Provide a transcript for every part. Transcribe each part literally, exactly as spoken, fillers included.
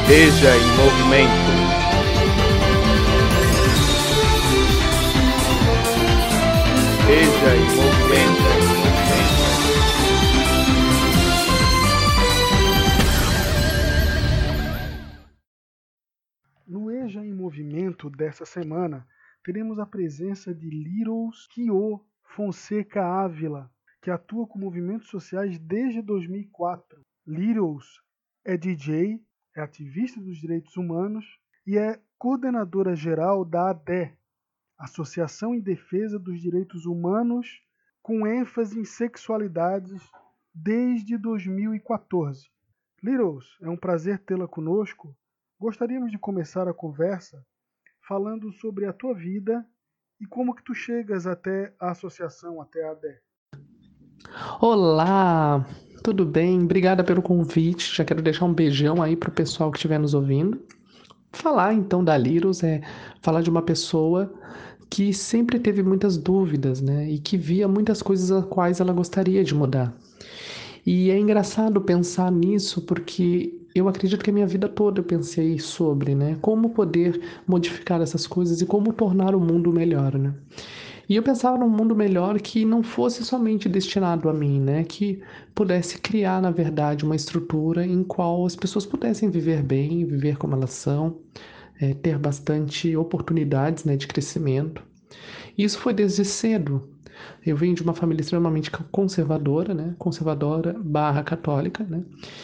Veja em movimento. Veja em movimento. No EJA em Movimento dessa semana, teremos a presença de Littles Kio Fonseca Ávila, que atua com movimentos sociais desde dois mil e quatro. Littles é D J, é ativista dos direitos humanos e é coordenadora geral da A D E, Associação em Defesa dos Direitos Humanos, com ênfase em sexualidades desde dois mil e quatorze. Littles, é um prazer tê-la conosco. Gostaríamos de começar a conversa falando sobre a tua vida e como que tu chegas até a associação, até a A D E. Olá, tudo bem? Obrigada pelo convite. Já quero deixar um beijão aí pro pessoal que estiver nos ouvindo. Falar então da Littles é falar de uma pessoa que sempre teve muitas dúvidas, né? E que via muitas coisas as quais ela gostaria de mudar. E é engraçado pensar nisso porque eu acredito que a minha vida toda eu pensei sobre, né? Como poder modificar essas coisas e como tornar o mundo melhor, né? E eu pensava num mundo melhor que não fosse somente destinado a mim, né? Que pudesse criar, na verdade, uma estrutura em qual as pessoas pudessem viver bem, viver como elas são, é, ter bastante oportunidades, né, de crescimento. E isso foi desde cedo. Eu venho de uma família extremamente conservadora, né? Conservadora barra católica, né?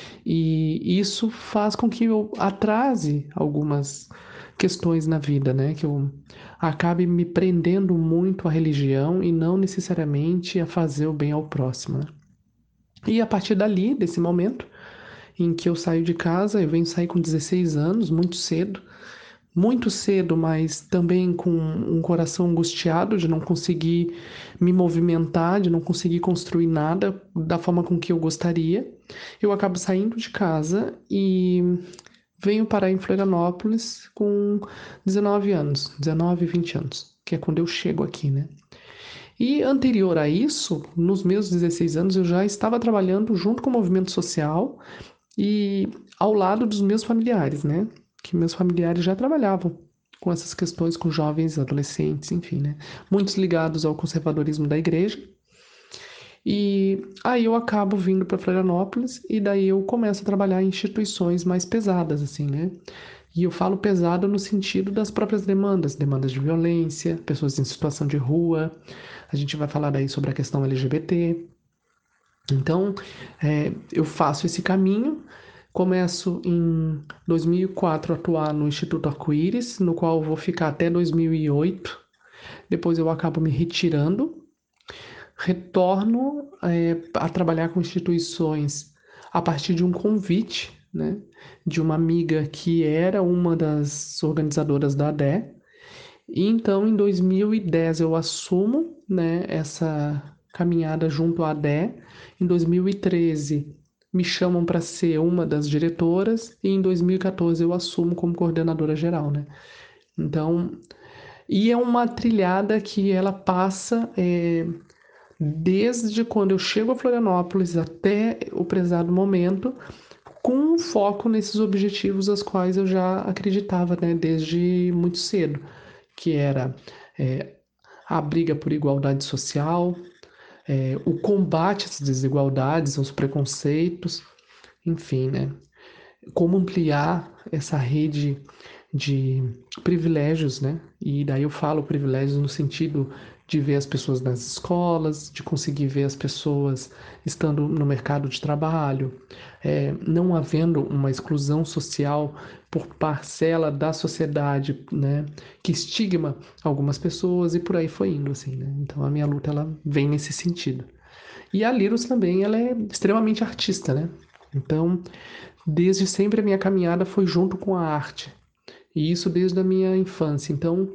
E isso faz com que eu atrase algumas questões na vida, né? Que eu acabe me prendendo muito à religião e não necessariamente a fazer o bem ao próximo, né? E a partir dali, desse momento em que eu saio de casa, eu venho sair com dezesseis anos, muito cedo, muito cedo, mas também com um coração angustiado de não conseguir me movimentar, de não conseguir construir nada da forma com que eu gostaria. Eu acabo saindo de casa e venho parar em Florianópolis com dezenove anos, dezenove, vinte anos, que é quando eu chego aqui, né? E anterior a isso, nos meus dezesseis anos, eu já estava trabalhando junto com o movimento social e ao lado dos meus familiares, né? Que meus familiares já trabalhavam com essas questões com jovens, adolescentes, enfim, né? Muitos ligados ao conservadorismo da igreja. E aí eu acabo vindo para Florianópolis e daí eu começo a trabalhar em instituições mais pesadas, assim, né? E eu falo pesado no sentido das próprias demandas, demandas de violência, pessoas em situação de rua. A gente vai falar daí sobre a questão L G B T. Então, é, eu faço esse caminho. Começo em dois mil e quatro a atuar no Instituto Arco-Íris, no qual vou ficar até dois mil e oito. Depois eu acabo me retirando. Retorno é, a trabalhar com instituições a partir de um convite, né, de uma amiga que era uma das organizadoras da A D E. E então, em dois mil e dez, eu assumo, né, essa caminhada junto à A D E. Em dois mil e treze, me chamam para ser uma das diretoras. E em dois mil e quatorze, eu assumo como coordenadora geral, né? Então, e é uma trilhada que ela passa é, desde quando eu chego a Florianópolis até o prezado momento, com um foco nesses objetivos aos quais eu já acreditava, né, desde muito cedo, que era é, a briga por igualdade social, é, o combate às desigualdades, aos preconceitos, enfim, né? Como ampliar essa rede de privilégios, né? E daí eu falo privilégios no sentido de ver as pessoas nas escolas, de conseguir ver as pessoas estando no mercado de trabalho, é, não havendo uma exclusão social por parcela da sociedade, né, que estigma algumas pessoas e por aí foi indo, assim, né? Então a minha luta ela vem nesse sentido. E a Liros também, ela é extremamente artista, né? Então, desde sempre a minha caminhada foi junto com a arte. E isso desde a minha infância. Então,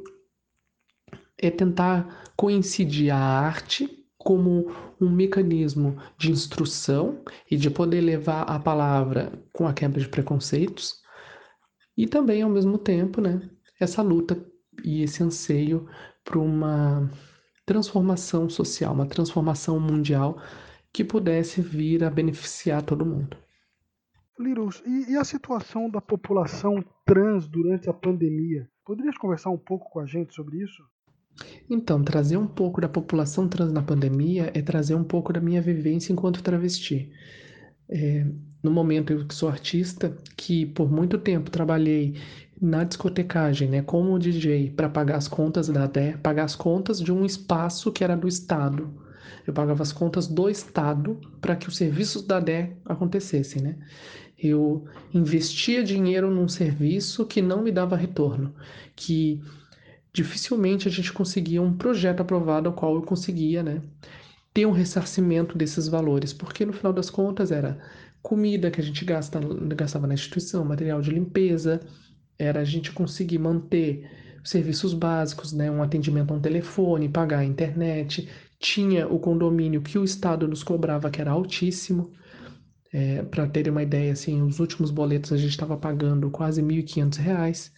é tentar coincidir a arte como um mecanismo de instrução e de poder levar a palavra com a quebra de preconceitos e também, ao mesmo tempo, né, essa luta e esse anseio por uma transformação social, uma transformação mundial que pudesse vir a beneficiar todo mundo. Liros, e, e a situação da população trans durante a pandemia? Poderias conversar um pouco com a gente sobre isso? Então, trazer um pouco da população trans na pandemia é trazer um pouco da minha vivência enquanto travesti. É, no momento eu que sou artista, que por muito tempo trabalhei na discotecagem, né, como D J, para pagar as contas da D E, pagar as contas de um espaço que era do Estado. Eu pagava as contas do Estado para que os serviços da D E acontecessem, né? Eu investia dinheiro num serviço que não me dava retorno, que dificilmente a gente conseguia um projeto aprovado ao qual eu conseguia, né, ter um ressarcimento desses valores, porque no final das contas era comida que a gente gasta, gastava na instituição, material de limpeza, era a gente conseguir manter serviços básicos, né, um atendimento a um telefone, pagar a internet, tinha o condomínio que o Estado nos cobrava, que era altíssimo. É, para terem uma ideia, assim, os últimos boletos a gente estava pagando quase mil e quinhentos reais.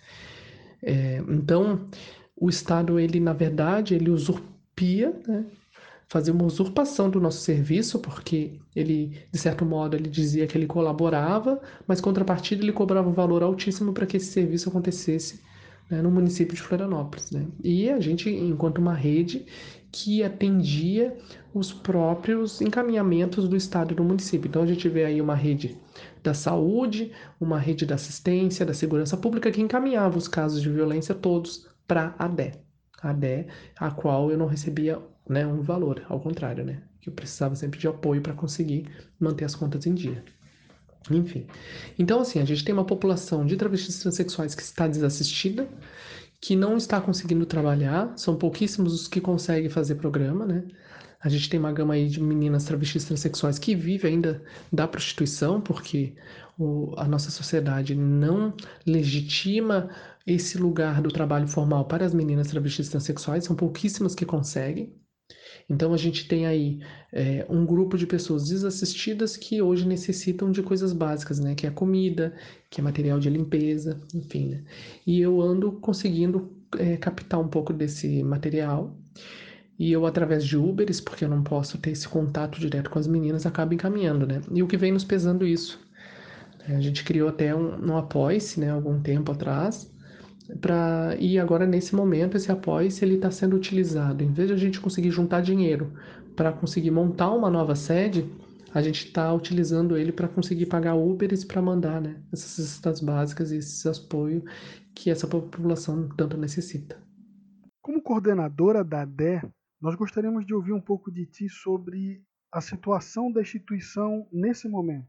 É, então, o Estado, ele, na verdade, ele usurpia, né, fazia uma usurpação do nosso serviço, porque ele, de certo modo, ele dizia que ele colaborava, mas, contrapartida, ele cobrava um valor altíssimo para que esse serviço acontecesse, né, no município de Florianópolis, né? E a gente, enquanto uma rede que atendia os próprios encaminhamentos do Estado e do município. Então, a gente vê aí uma rede da saúde, uma rede da assistência, da segurança pública, que encaminhava os casos de violência todos para a D E. A D E, a qual eu não recebia, né, um valor, ao contrário, né, que eu precisava sempre de apoio para conseguir manter as contas em dia. Enfim. Então, assim, a gente tem uma população de travestis transexuais que está desassistida, que não está conseguindo trabalhar, são pouquíssimos os que conseguem fazer programa, né? A gente tem uma gama aí de meninas travestis transexuais que vivem ainda da prostituição, porque o, a nossa sociedade não legitima esse lugar do trabalho formal para as meninas travestis transexuais, são pouquíssimas que conseguem. Então a gente tem aí é, um grupo de pessoas desassistidas que hoje necessitam de coisas básicas, né? Que é comida, que é material de limpeza, enfim, né? E eu ando conseguindo é, captar um pouco desse material. E eu, através de Uberes, porque eu não posso ter esse contato direto com as meninas, acabo encaminhando, né? E o que vem nos pesando isso? A gente criou até um, um Apoia-se, né, algum tempo atrás, pra, e agora, nesse momento, esse Apoia-se ele está sendo utilizado. Em vez de a gente conseguir juntar dinheiro para conseguir montar uma nova sede, a gente está utilizando ele para conseguir pagar Uberes para mandar, né, essas cestas básicas e esse apoio que essa população tanto necessita. Como coordenadora da D E, nós gostaríamos de ouvir um pouco de ti sobre a situação da instituição nesse momento.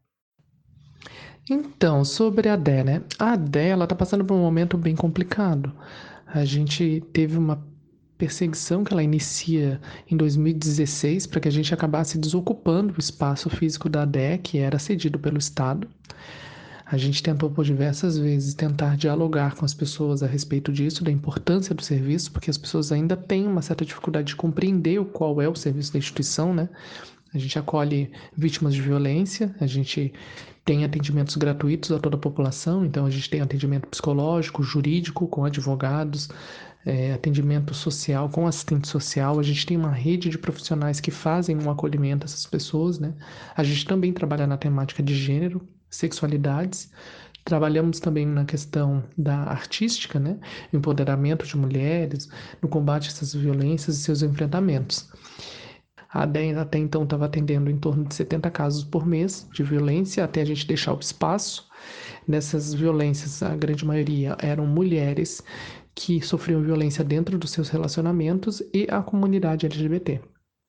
Então, sobre a D E, né? A D E, ela tá passando por um momento bem complicado. A gente teve uma perseguição que ela inicia em dois mil e dezesseis para que a gente acabasse desocupando o espaço físico da D E, que era cedido pelo Estado. A gente tentou por diversas vezes tentar dialogar com as pessoas a respeito disso, da importância do serviço, porque as pessoas ainda têm uma certa dificuldade de compreender o qual é o serviço da instituição, né? A gente acolhe vítimas de violência, a gente tem atendimentos gratuitos a toda a população, então a gente tem atendimento psicológico, jurídico, com advogados, é, atendimento social com assistente social, a gente tem uma rede de profissionais que fazem um acolhimento a essas pessoas, né? A gente também trabalha na temática de gênero, sexualidades, trabalhamos também na questão da artística, né? Empoderamento de mulheres, no combate a essas violências e seus enfrentamentos. A D E até então estava atendendo em torno de setenta casos por mês de violência, até a gente deixar o espaço. Nessas violências, a grande maioria eram mulheres que sofriam violência dentro dos seus relacionamentos e a comunidade L G B T.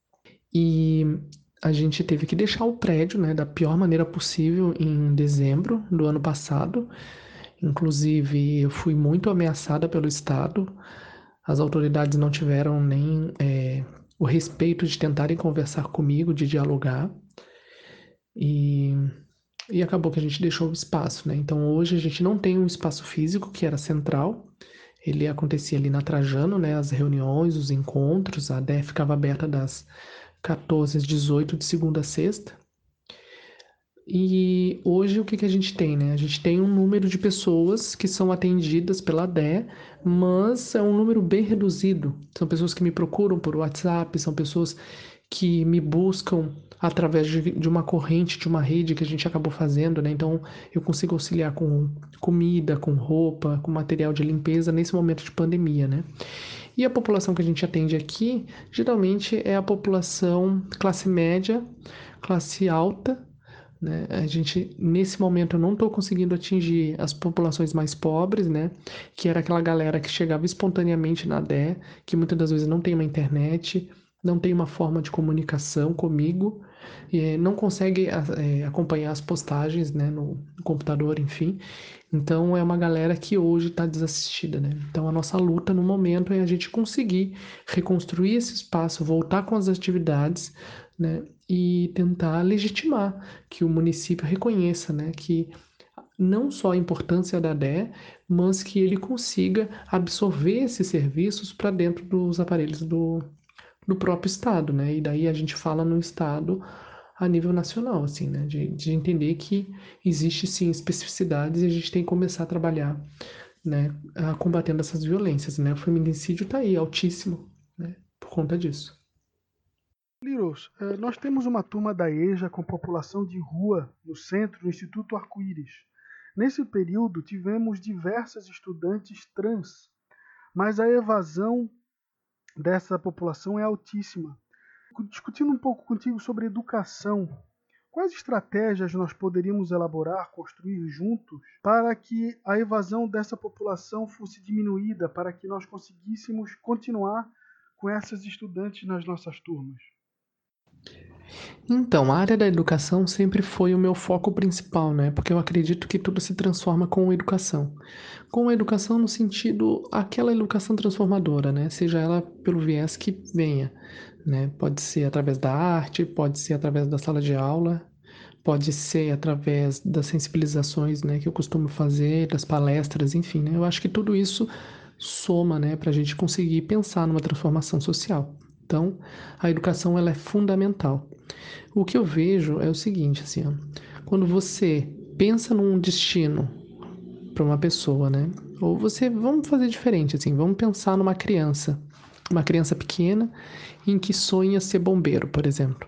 E a gente teve que deixar o prédio, né, da pior maneira possível em dezembro do ano passado. Inclusive, eu fui muito ameaçada pelo Estado. As autoridades não tiveram nem é, o respeito de tentarem conversar comigo, de dialogar. E, e acabou que a gente deixou o espaço, né? Então, hoje a gente não tem um espaço físico, que era central. Ele acontecia ali na Trajano, né? As reuniões, os encontros. A D E ficava aberta das quatorze às dezoito, de segunda a sexta. E hoje o que, que a gente tem, né? A gente tem um número de pessoas que são atendidas pela D E, mas é um número bem reduzido. São pessoas que me procuram por WhatsApp, são pessoas que me buscam através de, de uma corrente, de uma rede que a gente acabou fazendo, né? Então eu consigo auxiliar com comida, com roupa, com material de limpeza nesse momento de pandemia, né? E a população que a gente atende aqui, geralmente é a população classe média, classe alta, né? A gente, nesse momento, eu não estou conseguindo atingir as populações mais pobres, né? Que era aquela galera que chegava espontaneamente na D E, que muitas das vezes não tem uma internet, não tem uma forma de comunicação comigo, e não consegue é, acompanhar as postagens, né, no computador, enfim. Então é uma galera que hoje está desassistida, né? Então a nossa luta no momento é a gente conseguir reconstruir esse espaço, voltar com as atividades, né? E tentar legitimar que o município reconheça, né, que não só a importância da D E, mas que ele consiga absorver esses serviços para dentro dos aparelhos do, do próprio Estado, né? E daí a gente fala no Estado a nível nacional, assim, né? De, de entender que existe sim especificidades e a gente tem que começar a trabalhar, né, a combatendo essas violências, né? O feminicídio está aí, altíssimo, né? Por conta disso. Liros, eh, nós temos uma turma da EJA com população de rua no centro do Instituto Arco-Íris. Nesse período, tivemos diversas estudantes trans, mas a evasão dessa população é altíssima. Discutindo um pouco contigo sobre educação, quais estratégias nós poderíamos elaborar, construir juntos, para que a evasão dessa população fosse diminuída, para que nós conseguíssemos continuar com essas estudantes nas nossas turmas? Então, a área da educação sempre foi o meu foco principal, né? Porque eu acredito que tudo se transforma com a educação. Com a educação no sentido, aquela educação transformadora, né? Seja ela pelo viés que venha, né? Pode ser através da arte, pode ser através da sala de aula, pode ser através das sensibilizações, né, que eu costumo fazer, das palestras, enfim, né? Eu acho que tudo isso soma, né, para a gente conseguir pensar numa transformação social. Então, a educação ela é fundamental. O que eu vejo é o seguinte, assim, ó, quando você pensa num destino para uma pessoa, né? Ou você, vamos fazer diferente, assim, vamos pensar numa criança, uma criança pequena em que sonha ser bombeiro, por exemplo.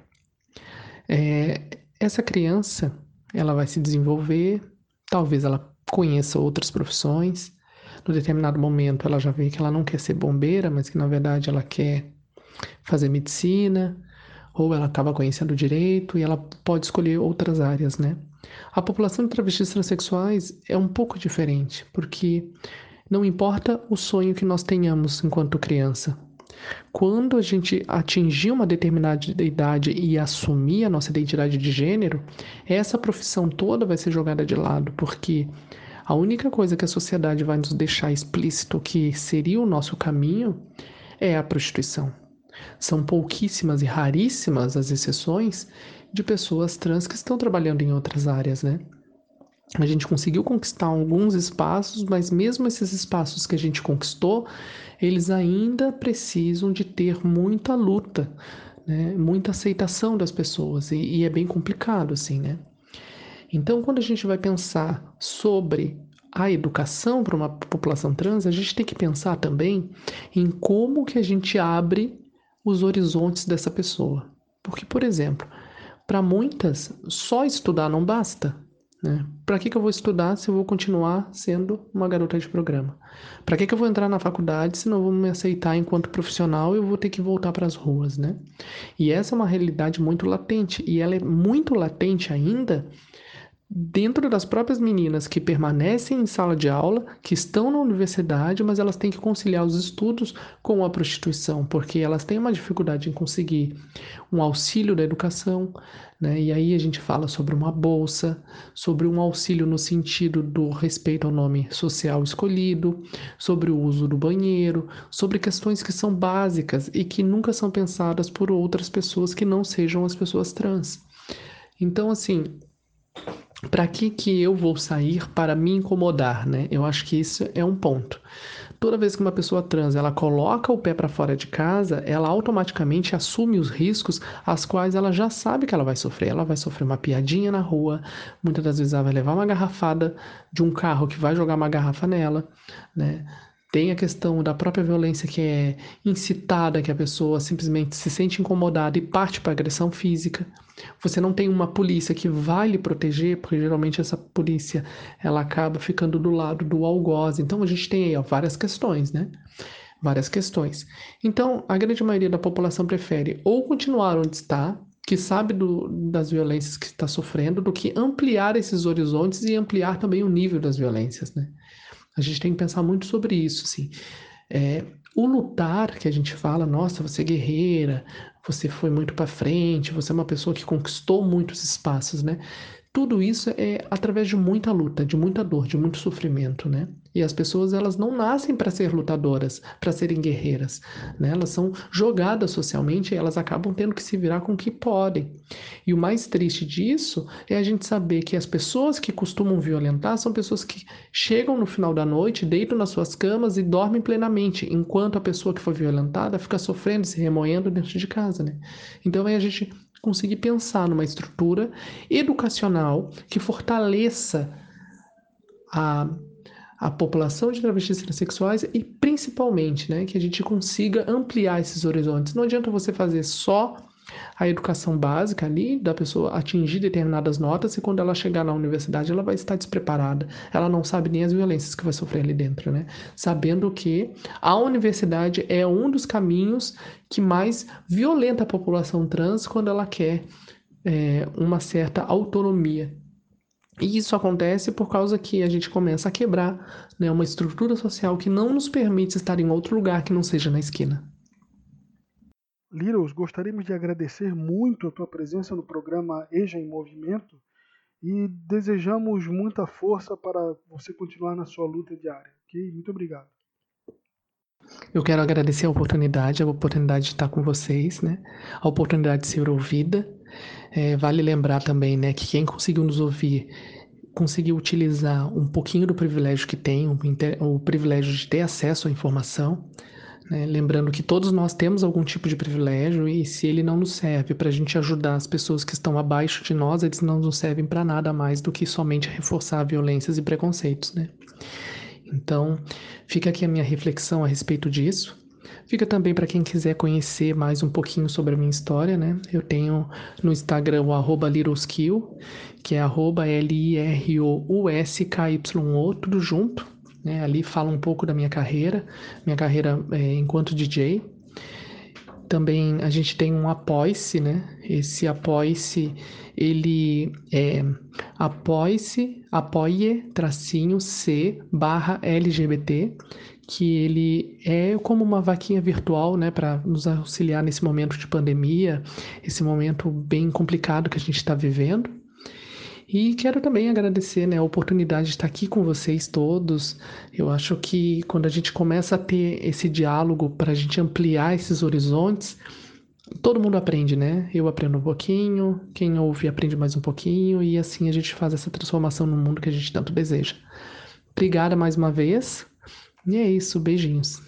É, essa criança, ela vai se desenvolver, talvez ela conheça outras profissões. No determinado momento, ela já vê que ela não quer ser bombeira, mas que na verdade ela quer fazer medicina, ou ela acaba conhecendo direito e ela pode escolher outras áreas, né? A população de travestis transexuais é um pouco diferente, porque não importa o sonho que nós tenhamos enquanto criança. Quando a gente atingir uma determinada idade e assumir a nossa identidade de gênero, essa profissão toda vai ser jogada de lado, porque a única coisa que a sociedade vai nos deixar explícito que seria o nosso caminho é a prostituição. São pouquíssimas e raríssimas as exceções de pessoas trans que estão trabalhando em outras áreas, né? A gente conseguiu conquistar alguns espaços, mas mesmo esses espaços que a gente conquistou, eles ainda precisam de ter muita luta, né? Muita aceitação das pessoas, e, e é bem complicado, assim, né? Então, quando a gente vai pensar sobre a educação para uma população trans, a gente tem que pensar também em como que a gente abre os horizontes dessa pessoa. Porque, por exemplo, para muitas, só estudar não basta. Né? Para que, que eu vou estudar se eu vou continuar sendo uma garota de programa? Para que, que eu vou entrar na faculdade se não vão me aceitar enquanto profissional e eu vou ter que voltar para as ruas, né? E essa é uma realidade muito latente, e ela é muito latente ainda dentro das próprias meninas que permanecem em sala de aula, que estão na universidade, mas elas têm que conciliar os estudos com a prostituição, porque elas têm uma dificuldade em conseguir um auxílio da educação, né? E aí a gente fala sobre uma bolsa, sobre um auxílio no sentido do respeito ao nome social escolhido, sobre o uso do banheiro, sobre questões que são básicas e que nunca são pensadas por outras pessoas que não sejam as pessoas trans. Então, assim, para que que eu vou sair para me incomodar, né? Eu acho que isso é um ponto. Toda vez que uma pessoa trans ela coloca o pé para fora de casa, ela automaticamente assume os riscos as quais ela já sabe que ela vai sofrer. Ela vai sofrer uma piadinha na rua, muitas das vezes ela vai levar uma garrafada de um carro que vai jogar uma garrafa nela, né? Tem a questão da própria violência que é incitada, que a pessoa simplesmente se sente incomodada e parte para agressão física. Você não tem uma polícia que vai lhe proteger, porque geralmente essa polícia ela acaba ficando do lado do algoz. Então a gente tem aí ó, várias questões, né? Várias questões. Então a grande maioria da população prefere ou continuar onde está, que sabe do, das violências que está sofrendo, do que ampliar esses horizontes e ampliar também o nível das violências, né? A gente tem que pensar muito sobre isso, assim. É, o lutar, que a gente fala, nossa, você é guerreira, você foi muito para frente, você é uma pessoa que conquistou muitos espaços, né? Tudo isso é através de muita luta, de muita dor, de muito sofrimento, né? E as pessoas, elas não nascem para ser lutadoras, para serem guerreiras, né? Elas são jogadas socialmente e elas acabam tendo que se virar com o que podem. E o mais triste disso é a gente saber que as pessoas que costumam violentar são pessoas que chegam no final da noite, deitam nas suas camas e dormem plenamente, enquanto a pessoa que foi violentada fica sofrendo, se remoendo dentro de casa, né? Então aí a gente conseguir pensar numa estrutura educacional que fortaleça a, a população de travestis transexuais e principalmente, né, que a gente consiga ampliar esses horizontes. Não adianta você fazer só a educação básica ali, da pessoa atingir determinadas notas e quando ela chegar na universidade ela vai estar despreparada. Ela não sabe nem as violências que vai sofrer ali dentro, né? Sabendo que a universidade é um dos caminhos que mais violenta a população trans quando ela quer é, uma certa autonomia. E isso acontece por causa que a gente começa a quebrar, né, uma estrutura social que não nos permite estar em outro lugar que não seja na esquina. Littles, gostaríamos de agradecer muito a tua presença no programa EJA em Movimento e desejamos muita força para você continuar na sua luta diária. Ok? Muito obrigado. Eu quero agradecer a oportunidade, a oportunidade de estar com vocês, né? A oportunidade de ser ouvida. É, vale lembrar também, né, que quem conseguiu nos ouvir conseguiu utilizar um pouquinho do privilégio que tem, o, o privilégio de ter acesso à informação. Né? Lembrando que todos nós temos algum tipo de privilégio e se ele não nos serve para a gente ajudar as pessoas que estão abaixo de nós, eles não nos servem para nada mais do que somente reforçar violências e preconceitos, né? Então, fica aqui a minha reflexão a respeito disso. Fica também para quem quiser conhecer mais um pouquinho sobre a minha história, né? Eu tenho no Instagram o arroba lirouskill, que é arroba L I R O U S K Y O, tudo junto. Né? Ali fala um pouco da minha carreira, minha carreira é, enquanto D J. Também a gente tem um Apoia-se, né? Esse Apoia-se, ele é apoie-se, apoie, tracinho, C, barra L G B T, que ele é como uma vaquinha virtual, né? Para nos auxiliar nesse momento de pandemia, esse momento bem complicado que a gente está vivendo. E quero também agradecer, né, a oportunidade de estar aqui com vocês todos. Eu acho que quando a gente começa a ter esse diálogo para a gente ampliar esses horizontes, todo mundo aprende, né? Eu aprendo um pouquinho, quem ouve aprende mais um pouquinho, e assim a gente faz essa transformação no mundo que a gente tanto deseja. Obrigada mais uma vez, e é isso, beijinhos.